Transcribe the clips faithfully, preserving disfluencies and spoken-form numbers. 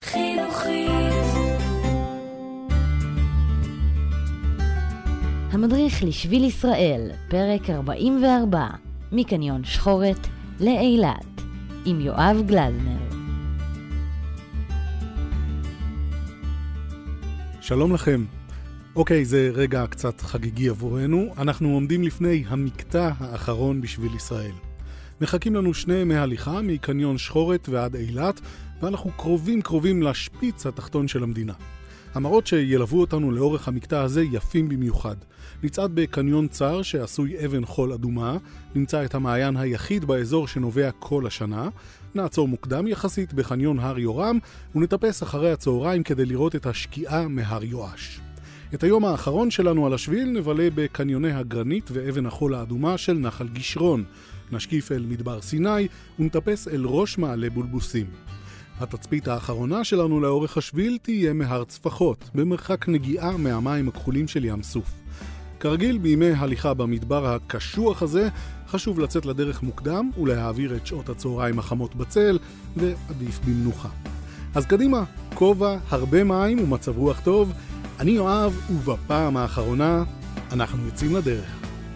חינוכית. המדריך לשביל ישראל, פרק ארבעים וארבע, מקניון שחורת לאילת, עם יואב גלזנר. שלום לכם. אוקיי, זה רגע קצת חגיגי עבורנו. אנחנו עומדים לפני המקטע האחרון בשביל ישראל. מחכים לנו שני ימי הליכה מקניון שחורת ועד אילת, ואנחנו קרובים קרובים לשפיץ התחתון של המדינה. המראות שילוו אותנו לאורך המקטע הזה יפים במיוחד. נצעד בקניון צר שעשוי אבן חול אדומה, נמצא את המעיין היחיד באזור שנובע כל השנה, נעצור מוקדם יחסית בחניון הר יורם, ונטפס אחרי הצהריים כדי לראות את השקיעה מהר יואש. את היום האחרון שלנו על השביל נבלה בקניוני הגרנית ואבן החול האדומה של נחל גישרון. נשקיף אל מדבר סיני ונטפס אל ראש מעלה בולבוסים. התצפית האחרונה שלנו לאורך השביל תהיה מהר צפחות, במרחק נגיעה מהמים הכחולים של ים סוף. כרגיל בימי הליכה במדבר הקשוח הזה, חשוב לצאת לדרך מוקדם ולהעביר את שעות הצהריים החמות בצל, ועדיף במנוחה. אז קדימה, כובע, הרבה מים ומצב רוח טוב. אני יואב, ובפעם האחרונה אנחנו יוצאים לדרך.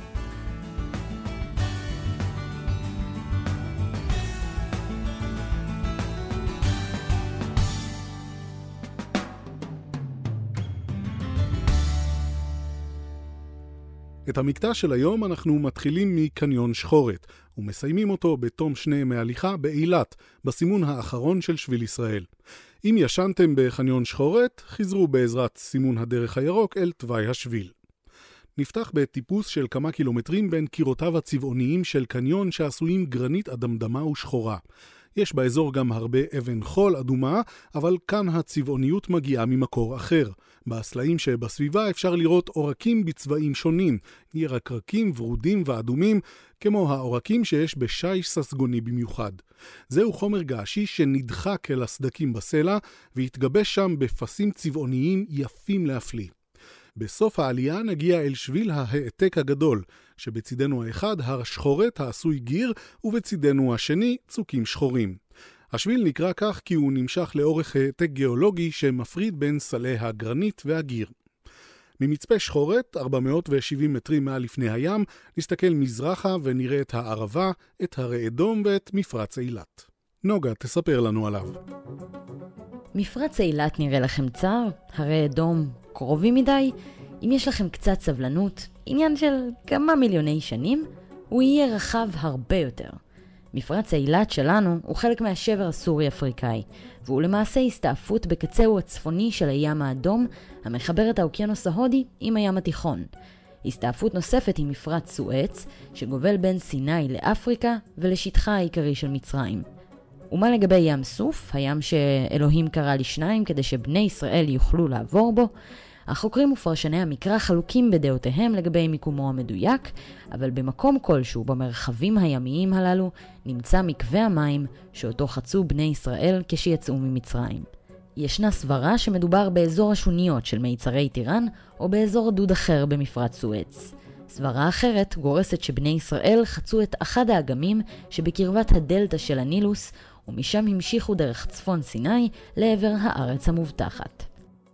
את המקטע של היום אנחנו מתחילים מקניון שחורת, ומסיימים אותו בתום שני ימי הליכה באילת, בסימון האחרון של שביל ישראל. אם ישנתם בחניון שחורת, חזרו בעזרת סימון הדרך הירוק אל תוואי השביל. נפתח בטיפוס של כמה קילומטרים בין קירותיו הצבעוניים של קניון שעשויים גרנית אדמדמה ושחורה. יש באזור גם הרבה אבן חול אדומה, אבל כאן הצבעוניות מגיעה ממקור אחר. בסלעים שבסביבה אפשר לראות עורקים בצבעים שונים, ירקרקים, ורודים ואדומים, כמו העורקים שיש בשייש ססגוני במיוחד. זהו חומר געשי שנדחק אל הסדקים בסלע, והתגבש שם בפסים צבעוניים יפים להפליא. בסוף העלייה נגיע אל שביל ההעתק הגדול, שבצידנו האחד הר שחורת העשוי גיר, ובצידנו השני צוקים שחורים. השביל נקרא כך כי הוא נמשך לאורך העתק גיאולוגי שמפריד בין סלי הגרנית והגיר. ממצפה שחורת, ארבע מאות ושבעים מטרים מעל לפני הים, נסתכל מזרחה ונראה את הערבה, את הרי אדום ואת מפרץ אילת. נוגה, תספר לנו עליו. מפרץ אילת נראה לכם צר, הרי אדום קרובים מדי. אם יש לכם קצת סבלנות, עניין של כמה מיליוני שנים, הוא יהיה רחב הרבה יותר. מפרץ אילת שלנו הוא חלק מהשבר הסורי-אפריקאי, והוא למעשה הסתעפות בקצהו הצפוני של הים האדום, המחבר את האוקיינוס ההודי עם הים התיכון. הסתעפות נוספת היא מפרץ סואץ, שגובל בין סיני לאפריקה ולשטחה העיקרי של מצרים. ומה לגבי ים סוף, הים שאלוהים קרא לשניים כדי שבני ישראל יוכלו לעבור בו? החוקרים ופרשני המקרא חלוקים בדעותיהם לגבי מיקומו המדויק, אבל במקום כלשהו במרחבים הימיים הללו נמצא מקווה המים שאותו חצו בני ישראל כשיצאו ממצרים. ישנה סברה שמדובר באזור השוניות של מיצרי טירן או באזור דוד אחר במפרץ סואץ. סברה אחרת גורסת שבני ישראל חצו את אחד האגמים שבקרבת הדלטה של הנילוס, ומשם המשיכו דרך צפון סיני לעבר הארץ המובטחת.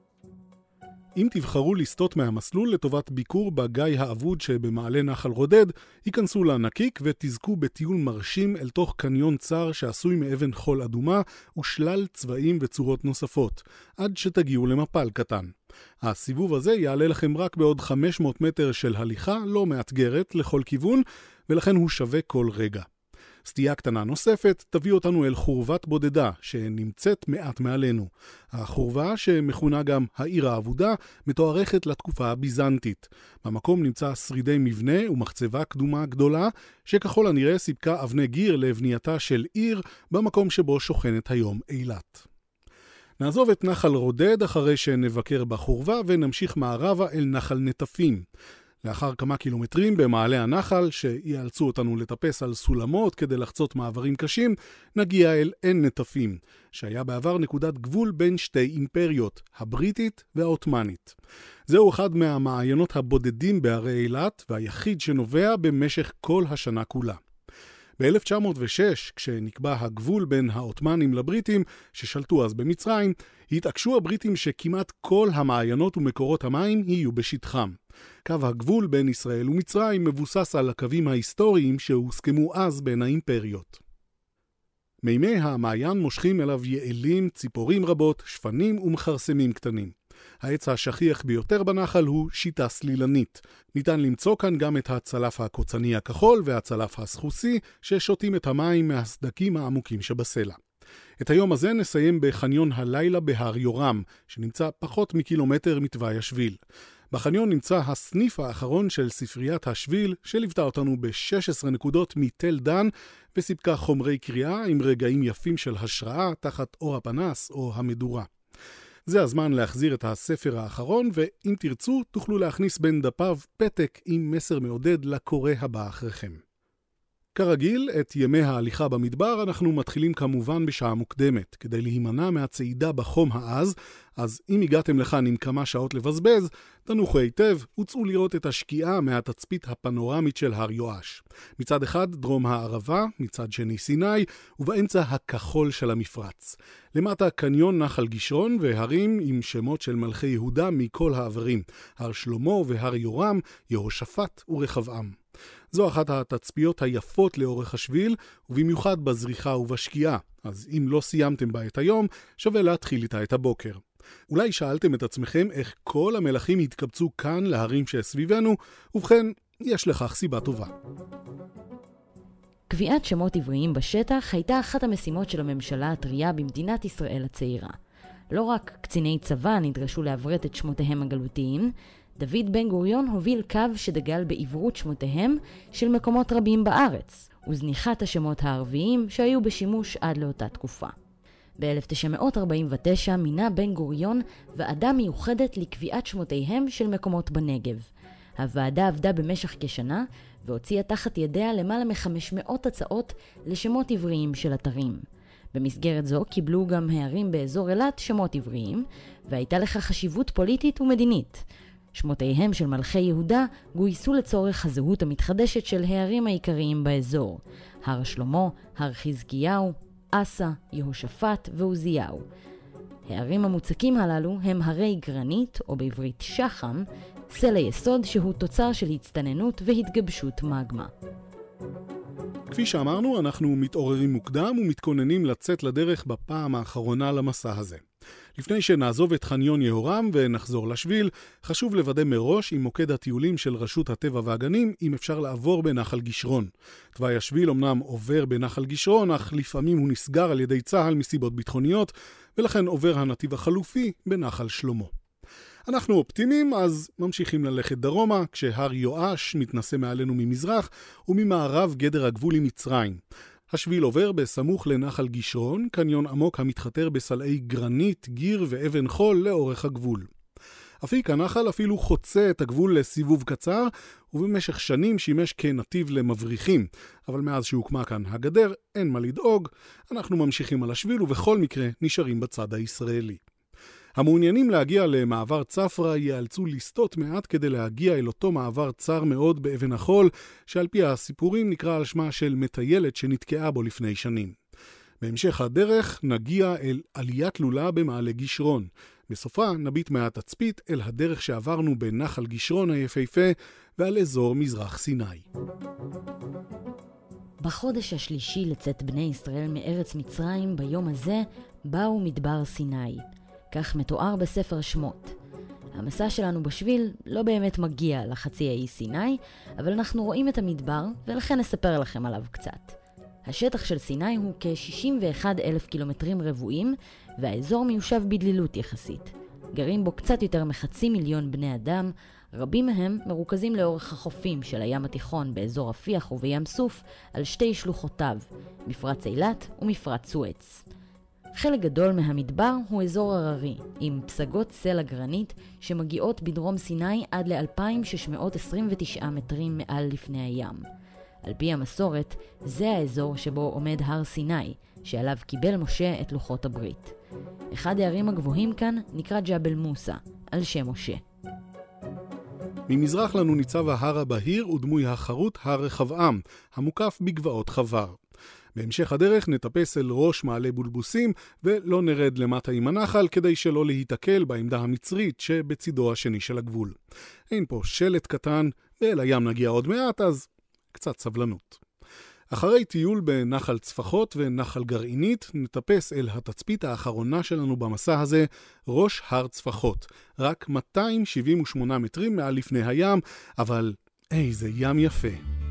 אם תבחרו לסטות מהמסלול לטובת ביקור בגיא האבוד שבמעלה נחל רודד, ייכנסו לנקיק ותזכו בטיול מרשים אל תוך קניון צר שעשוי מאבן חול אדומה ושלל צבעים וצורות נוספות, עד שתגיעו למפל קטן. הסיבוב הזה יעלה לכם רק בעוד חמש מאות מטר של הליכה לא מאתגרת לכל כיוון, ולכן הוא שווה כל רגע. סטייה קטנה נוספת תביא אותנו אל חורבת בודדה שנמצאת מעט מעלינו. החורבה שמכונה גם העיר האבודה מתוארכת לתקופה הביזנטית. במקום נמצא שרידי מבנה ומחצבה קדומה גדולה שככל הנראה סיפקה אבני גיר לבנייתה של עיר במקום שבו שוכנת היום אילת. נעזוב את נחל רודד אחרי שנבקר בחורבה ונמשיך מערבה אל נחל נטפים. לאחר כמה קילומטרים במעלה הנחל שיאלצו אותנו לטפס על סולמות כדי לחצות מעברים קשים, נגיע אל עין נטפים, שהיה בעבר נקודת גבול בין שתי אימפריות, הבריטית והעות'מאנית. זהו אחד מהמעיינות הבודדים בערי אילת והיחיד שנובע במשך כל השנה כולה. ב-אלף תשע מאות ושש, כשנקבע הגבול בין העות'מאנים לבריטים, ששלטו אז במצרים, התעקשו הבריטים שכמעט כל המעיינות ומקורות המים יהיו בשטחם. קו הגבול בין ישראל ומצרים מבוסס על הקווים ההיסטוריים שהוסכמו אז בין האימפריות. מימי המעיין מושכים אליו יעלים, ציפורים רבות, שפנים ומחרסמים קטנים. העץ השכיח ביותר בנחל הוא שיטה סלילנית. ניתן למצוא כאן גם את הצלף הקוצני הכחול והצלף הסחוסי ששותים את המים מהסדקים העמוקים שבסלע. את היום הזה נסיים בחניון הלילה בהר יורם, שנמצא פחות מקילומטר מתוואי השביל. בחניון נמצא הסניף האחרון של ספריית השביל, שליוותה אותנו ב-שש עשרה נקודות מתל דן, וסיפקה חומרי קריאה עם רגעים יפים של השראה תחת אור הפנס או המדורה. זה הזמן להחזיר את הספר האחרון, ואם תרצו תוכלו להכניס בין דפיו פתק עם מסר מעודד לקורא הבא אחריכם. כרגיל, את ימי ההליכה במדבר אנחנו מתחילים כמובן בשעה מוקדמת, כדי להימנע מהצעידה בחום העז, אז אם הגעתם לכאן עם כמה שעות לבזבז, תנוחו היטב וצאו לראות את השקיעה מהתצפית הפנורמית של הר יואש. מצד אחד דרום הערבה, מצד שני סיני, ובאמצע הכחול של המפרץ. למטה קניון נחל גישרון והרים עם שמות של מלכי יהודה מכל העברים, הר שלמה והר יורם, יהושפט ורחבעם. זו אחת התצפיות היפות לאורך השביל, ובמיוחד בזריחה ובשקיעה, אז אם לא סיימתם בה את היום, שווה להתחיל איתה את הבוקר. אולי שאלתם את עצמכם איך כל המלכים התקבצו כאן להרים שסביבנו, ובכן, יש לכך סיבה טובה. קביעת שמות עבריים בשטח הייתה אחת המשימות של הממשלה הטריה במדינת ישראל הצעירה. לא רק קציני צבא נדרשו לעברת את שמותיהם הגלותיים, דוד בן גוריון הוביל קו שדגל בעברות שמותיהם של מקומות רבים בארץ, וזניחת השמות הערביים שהיו בשימוש עד לאותה תקופה. ב-אלף תשע מאות ארבעים ותשע מינה בן גוריון ועדה מיוחדת לקביעת שמותיהם של מקומות בנגב. הוועדה עבדה במשך כשנה והוציאה תחת ידיה למעלה מ-חמש מאות הצעות לשמות עבריים של אתרים. במסגרת זו קיבלו גם הערים באזור אילת שמות עבריים, והייתה לך חשיבות פוליטית ומדינית. שמותיהם של מלכי יהודה גויסו לצורך הזהות המתחדשת של הערים העיקריים באזור, הר שלמה, הר חזקיהו, אסה, יהושפט ועוזיהו. הערים המוצקים הללו הם הרי גרנית, או בעברית שחם, סלע יסוד שהוא תוצר של הצטננות והתגבשות מגמה. כפי שאמרנו, אנחנו מתעוררים מוקדם ומתכוננים לצאת לדרך בפעם האחרונה למסע הזה. לפני שנעזוב את חניון יהורם ונחזור לשביל, חשוב לוודא מראש עם מוקד הטיולים של רשות הטבע והגנים אם אפשר לעבור בנחל גישרון. תוואי השביל אמנם עובר בנחל גישרון, אך לפעמים הוא נסגר על ידי צהל מסיבות ביטחוניות, ולכן עובר הנתיב החלופי בנחל שלמה. אנחנו אופטימיים, אז ממשיכים ללכת דרומה, כשהר יואש מתנסה מעלינו ממזרח, וממערב גדר הגבול עם מצרים. השביל עובר בסמוך לנחל גישרון, קניון עמוק המתחתר בסלעי גרנית, גיר ואבן חול לאורך הגבול. אפיק הנחל אפילו חוצה את הגבול לסיבוב קצר, ובמשך שנים שימש כנתיב למבריחים. אבל מאז שהוקמה כאן הגדר, אין מה לדאוג, אנחנו ממשיכים על השביל ובכל מקרה נשארים בצד הישראלי. המעוניינים להגיע למעבר צפרה ייאלצו לסטות מעט כדי להגיע אל אותו מעבר צר מאוד באבן החול, שעל פי הסיפורים נקרא על שמה של מטיילת שנתקעה בו לפני שנים. בהמשך הדרך נגיע אל עליית תלולה במעלה גישרון. בסופה נביט מהתצפית אל הדרך שעברנו בנחל גישרון היפהפה ועל אזור מזרח סיני. בחודש השלישי לצאת בני ישראל מארץ מצרים ביום הזה באו מדבר סיני. כך מתואר בספר שמות. המסע שלנו בשביל לא באמת מגיע לחצי האי סיני, אבל אנחנו רואים את המדבר ולכן נספר לכם עליו קצת. השטח של סיני הוא כ-שישים ואחד אלף קילומטרים רבועים, והאזור מיושב בדלילות יחסית. גרים בו קצת יותר מחצי מיליון בני אדם, רבים מהם מרוכזים לאורך החופים של הים התיכון באזור רפיח ובים סוף על שתי שלוחותיו, מפרץ אילת ומפרץ סואץ. חלק גדול מהמדבר הוא אזור הררי, עם פסגות סלע גרנית שמגיעות בדרום סיני עד ל-אלפיים שש מאות עשרים ותשעה מטרים מעל לפני הים. על פי המסורת, זה האזור שבו עומד הר סיני, שעליו קיבל משה את לוחות הברית. אחד הערים הגבוהים כאן נקרא ג'בל מוסה, על שם משה. ממזרח לנו ניצב ההר הבהיר ודמוי החרוט הר רחבעם, המוקף בגבעות חבר. בהמשך הדרך נטפס אל ראש מעלה בולבוסים ולא נרד למטה עם הנחל כדי שלא להיתקל בעמדה המצרית שבצידו השני של הגבול. אין פה שלט קטן ואל הים נגיע עוד מעט, אז קצת סבלנות. אחרי טיול בנחל צפחות ונחל גרעינית נטפס אל התצפית האחרונה שלנו במסע הזה, ראש הר צפחות, רק מאתיים שבעים ושמונה מטרים מעל לפני הים, אבל איזה ים יפה.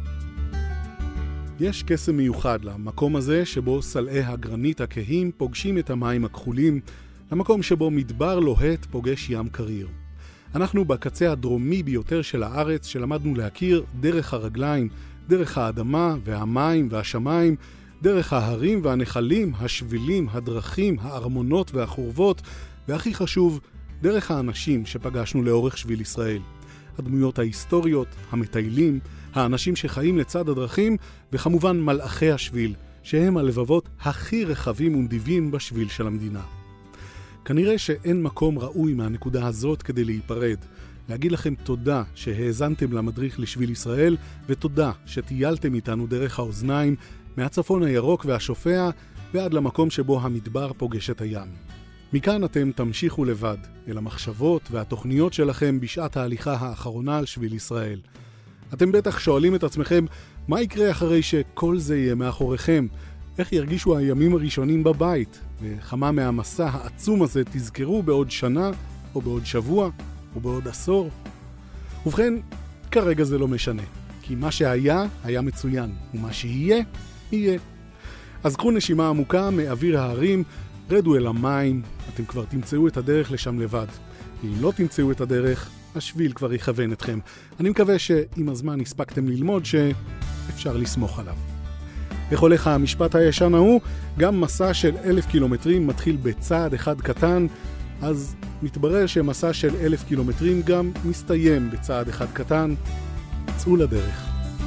יש קסם מיוחד למקום הזה שבו סלעי הגרנית הכהים פוגשים את המים הכחולים, למקום שבו מדבר לוהט פוגש ים קריר. אנחנו בקצה הדרומי ביותר של הארץ שלמדנו להכיר דרך הרגליים, דרך האדמה והמים והשמיים, דרך ההרים והנחלים, השבילים, הדרכים, הארמונות והחורבות, והכי חשוב, דרך האנשים שפגשנו לאורך שביל ישראל. הדמויות ההיסטוריות, המטיילים, האנשים שחיים לצד הדרכים, וכמובן מלאכי השביל, שהם הלבבות הכי רחבים ונדיבים בשביל של המדינה. כנראה שאין מקום ראוי מהנקודה הזאת כדי להיפרד. להגיד לכם תודה שהאזנתם למדריך לשביל ישראל, ותודה שטיילתם איתנו דרך האוזניים, מהצפון הירוק והשופע, ועד למקום שבו המדבר פוגש את הים. מכאן אתם תמשיכו לבד, אל המחשבות והתוכניות שלכם בשעת ההליכה האחרונה על שביל ישראל. אתם בטח שואלים את עצמכם, מה יקרה אחרי שכל זה יהיה מאחוריכם? איך ירגישו הימים הראשונים בבית? וכמה מהמסע העצום הזה תזכרו בעוד שנה, או בעוד שבוע, או בעוד עשור? ובכן, כרגע זה לא משנה. כי מה שהיה, היה מצוין, ומה שיהיה, יהיה. אז קחו נשימה עמוקה מאוויר ההרים, רדו אל המים, אתם כבר תמצאו את הדרך לשם לבד. ואם לא תמצאו את הדרך, השביל כבר יכוון אתכם. אני מקווה שעם הזמן הספקתם ללמוד שאפשר לסמוך עליו. איך הולך המשפט הישן ההוא? גם מסע של אלף קילומטרים מתחיל בצעד אחד קטן, אז מתברר שמסע של אלף קילומטרים גם מסתיים בצעד אחד קטן. צאו לדרך.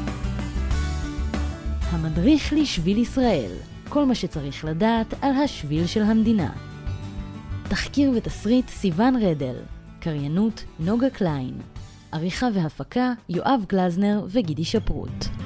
המדריך לשביל ישראל. כל מה שצריך לדעת על השביל של המדינה. תחקיר ותסריט סיוון רדל. קריינות נוגה קליין. עריכה והפקה יואב גלזנר וגידי שפרוט.